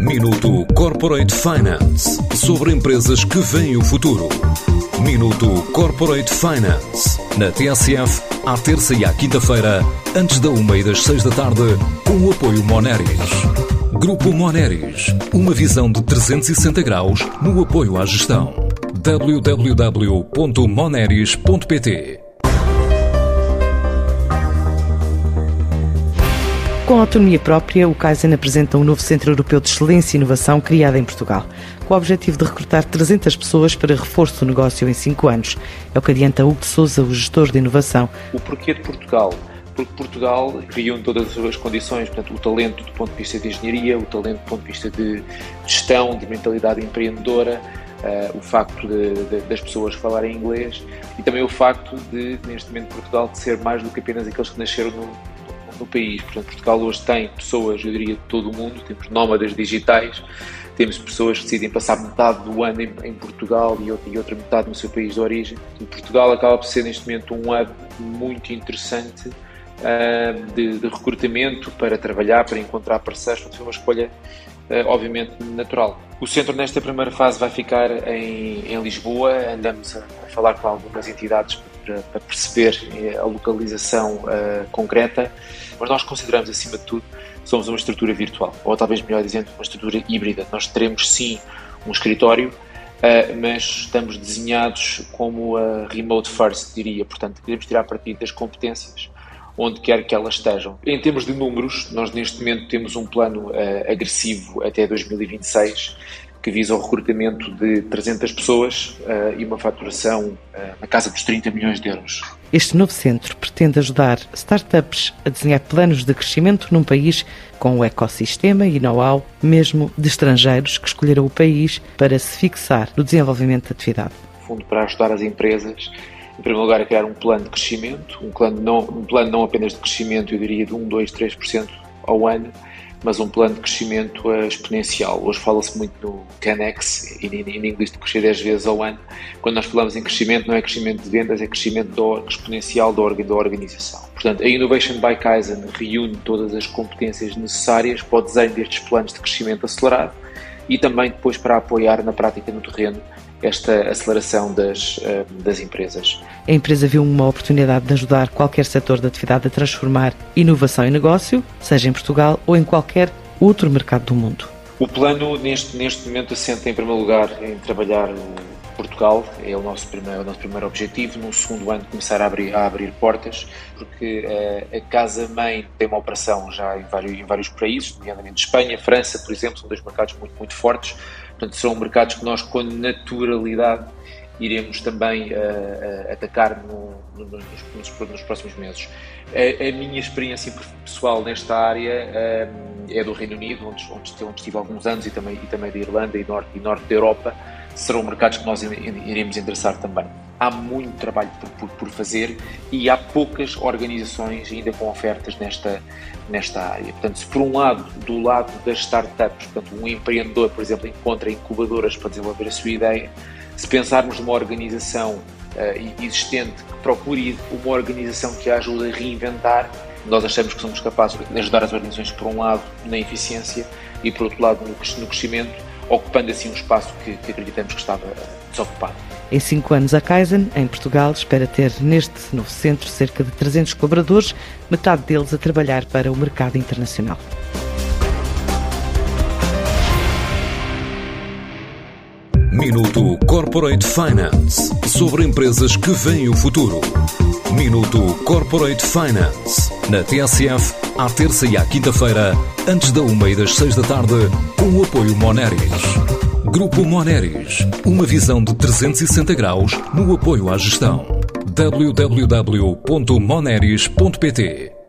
Minuto Corporate Finance, sobre empresas que veem o futuro. Minuto Corporate Finance, na TSF, à terça e à quinta-feira, antes da 1h e das 6 da tarde, com o apoio Moneris. Grupo Moneris, uma visão de 360 graus no apoio à gestão. www.moneris.pt. Com autonomia própria, o Kaizen apresenta um novo Centro Europeu de Excelência e Inovação criado em Portugal, com o objetivo de recrutar 300 pessoas para reforço do negócio em 5 anos. É o que adianta Hugo de Sousa, o gestor de inovação. O porquê de Portugal? Porque Portugal reúne todas as condições, portanto, o talento do ponto de vista de engenharia, o talento do ponto de vista de gestão, de mentalidade empreendedora, o facto das pessoas falarem inglês e também o facto de, neste momento, Portugal de ser mais do que apenas aqueles que nasceram no país. Portanto, Portugal hoje tem pessoas, eu diria, de todo o mundo, temos nómadas digitais, temos pessoas que decidem passar metade do ano em Portugal e outra metade no seu país de origem. E Portugal acaba por ser, neste momento, um hub muito interessante de recrutamento para trabalhar, para encontrar parceiros. Portanto, foi uma escolha, obviamente, natural. O centro, nesta primeira fase, vai ficar em Lisboa. Andamos a falar com algumas entidades para perceber a localização concreta, mas nós consideramos, acima de tudo, somos uma estrutura virtual, ou talvez melhor dizendo, uma estrutura híbrida. Nós teremos sim um escritório, mas estamos desenhados como a remote first, diria. Portanto, queremos tirar partido das competências onde quer que elas estejam. Em termos de números, nós neste momento temos um plano agressivo até 2026, que visa o recrutamento de 300 pessoas e uma faturação na casa dos 30 milhões de euros. Este novo centro pretende ajudar startups a desenhar planos de crescimento num país com um ecossistema e know-how, mesmo de estrangeiros que escolheram o país para se fixar no desenvolvimento da atividade. No fundo, para ajudar as empresas, em primeiro lugar, a criar um plano de crescimento, um plano não apenas de crescimento, eu diria de 1, 2, 3% ao ano, mas um plano de crescimento exponencial. Hoje fala-se muito no 10x, em inglês de crescer 10 vezes ao ano. Quando nós falamos em crescimento, não é crescimento de vendas, é crescimento exponencial da organização. Portanto, a Innovation by Kaizen reúne todas as competências necessárias para o desenho destes planos de crescimento acelerado e também depois para apoiar na prática no terreno esta aceleração das empresas. A empresa viu uma oportunidade de ajudar qualquer setor da atividade a transformar inovação em negócio, seja em Portugal ou em qualquer outro mercado do mundo. O plano, neste momento, assenta em primeiro lugar em trabalhar Portugal, é o nosso primeiro objetivo. No segundo ano, começar a abrir portas, porque a Casa-Mãe tem uma operação já em vários países, nomeadamente Espanha, França, por exemplo, são 2 mercados muito, muito fortes. Portanto, serão mercados que nós, com naturalidade, iremos também atacar nos próximos meses. A minha experiência pessoal nesta área é do Reino Unido, onde estive há alguns anos, e também da Irlanda e norte da Europa. Serão mercados que nós iremos endereçar também. Há muito trabalho por fazer e há poucas organizações ainda com ofertas nesta área. Portanto, se por um lado, do lado das startups, portanto, um empreendedor, por exemplo, encontra incubadoras para desenvolver a sua ideia, se pensarmos numa organização existente que procure uma organização que a ajude a reinventar, nós achamos que somos capazes de ajudar as organizações, por um lado, na eficiência e, por outro lado, no crescimento, ocupando assim um espaço que acreditamos que estava desocupado. Em 5 anos, a Kaizen, em Portugal, espera ter neste novo centro cerca de 300 colaboradores, metade deles a trabalhar para o mercado internacional. Minuto Corporate Finance, sobre empresas que veem o futuro. Minuto Corporate Finance, na TSF, à terça e à quinta-feira, antes da 1h e das 6 da tarde, com o apoio Moneris. Grupo Moneris, uma visão de 360 graus no apoio à gestão. www.moneris.pt